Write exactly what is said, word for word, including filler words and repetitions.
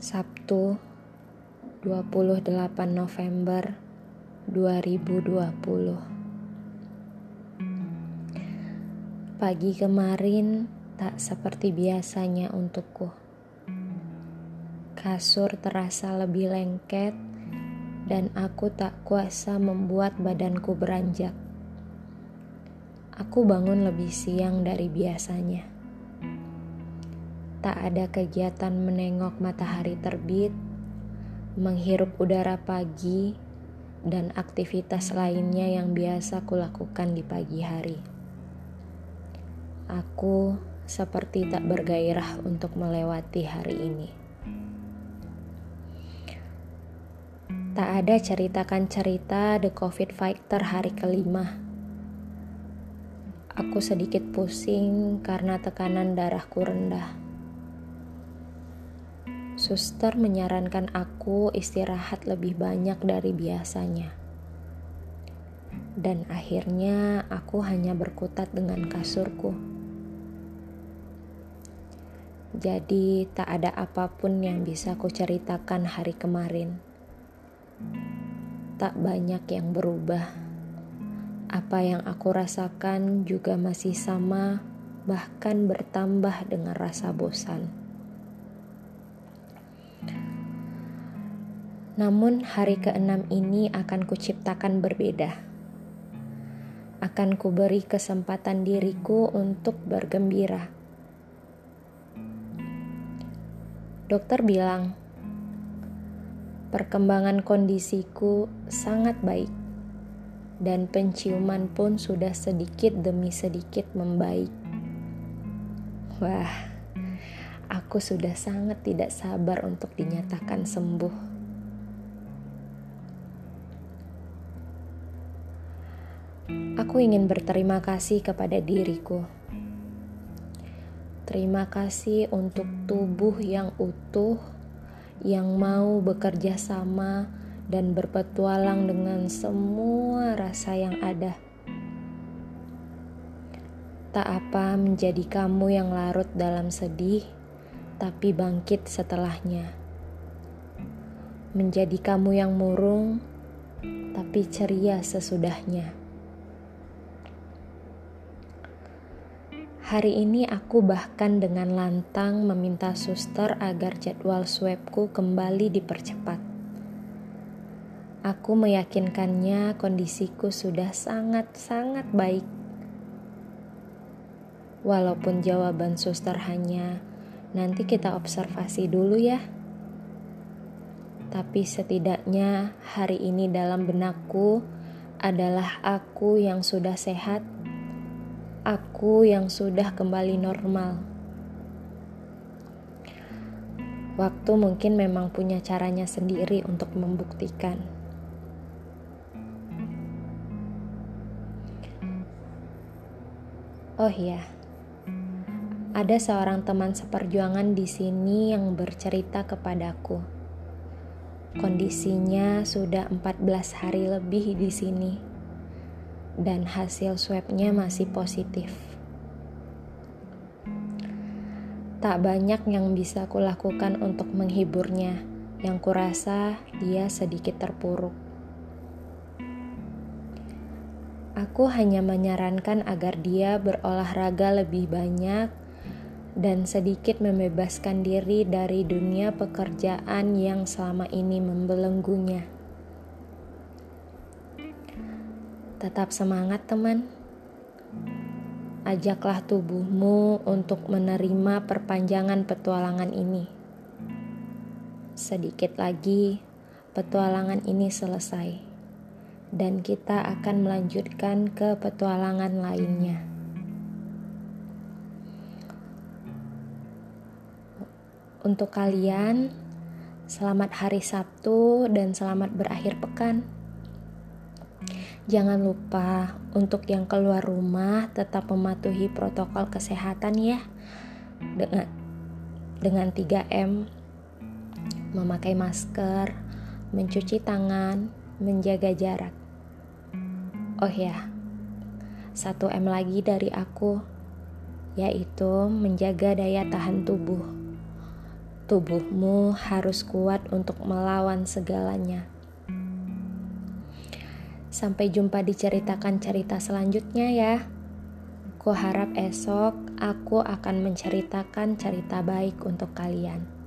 Sabtu, dua puluh delapan November dua ribu dua puluh. Pagi kemarin tak seperti biasanya untukku. Kasur terasa lebih lengket dan aku tak kuasa membuat badanku beranjak. Aku bangun lebih siang dari biasanya. Tak ada kegiatan menengok matahari terbit, menghirup udara pagi, dan aktivitas lainnya yang biasa kulakukan di pagi hari. Aku seperti tak bergairah untuk melewati hari ini. Tak ada ceritakan cerita The Covid Fighter hari kelima. Aku sedikit pusing karena tekanan darahku rendah. Suster menyarankan aku istirahat lebih banyak dari biasanya. Dan akhirnya aku hanya berkutat dengan kasurku. Jadi tak ada apapun yang bisa kuceritakan hari kemarin. Tak banyak yang berubah. Apa yang aku rasakan juga masih sama, bahkan bertambah dengan rasa bosan. Namun hari keenam ini akan kuciptakan berbeda. Akan kuberi kesempatan diriku untuk bergembira. Dokter bilang, perkembangan kondisiku sangat baik. Dan penciuman pun sudah sedikit demi sedikit membaik. Wah, aku sudah sangat tidak sabar untuk dinyatakan sembuh. Aku ingin berterima kasih kepada diriku. Terima kasih untuk tubuh yang utuh, yang mau bekerja sama dan berpetualang dengan semua rasa yang ada. Tak apa menjadi kamu yang larut dalam sedih, tapi bangkit setelahnya. Menjadi kamu yang murung, tapi ceria sesudahnya. Hari ini aku bahkan dengan lantang meminta suster agar jadwal swabku kembali dipercepat. Aku meyakinkannya kondisiku sudah sangat-sangat baik. Walaupun jawaban suster hanya, nanti kita observasi dulu ya. Tapi setidaknya hari ini dalam benakku adalah aku yang sudah sehat. Aku yang sudah kembali normal. Waktu mungkin memang punya caranya sendiri untuk membuktikan. Oh iya, ada seorang teman seperjuangan di sini yang bercerita kepadaku. Kondisinya sudah empat belas hari lebih di sini. Dan hasil swabnya masih positif. Tak banyak yang bisa kulakukan untuk menghiburnya, yang kurasa dia sedikit terpuruk. Aku hanya menyarankan agar dia berolahraga lebih banyak dan sedikit membebaskan diri dari dunia pekerjaan yang selama ini membelenggunya. Tetap semangat teman. Ajaklah tubuhmu untuk menerima perpanjangan petualangan ini. Sedikit lagi petualangan ini selesai. Dan kita akan melanjutkan ke petualangan lainnya. Untuk kalian, selamat hari Sabtu dan selamat berakhir pekan. Jangan lupa untuk yang keluar rumah tetap mematuhi protokol kesehatan ya. Dengan dengan tiga M, memakai masker, mencuci tangan, menjaga jarak. Oh ya, satu M lagi dari aku, yaitu menjaga daya tahan tubuh. tubuhmu harus kuat untuk melawan segalanya. Sampai jumpa di ceritakan cerita selanjutnya ya. Ku harap esok aku akan menceritakan cerita baik untuk kalian.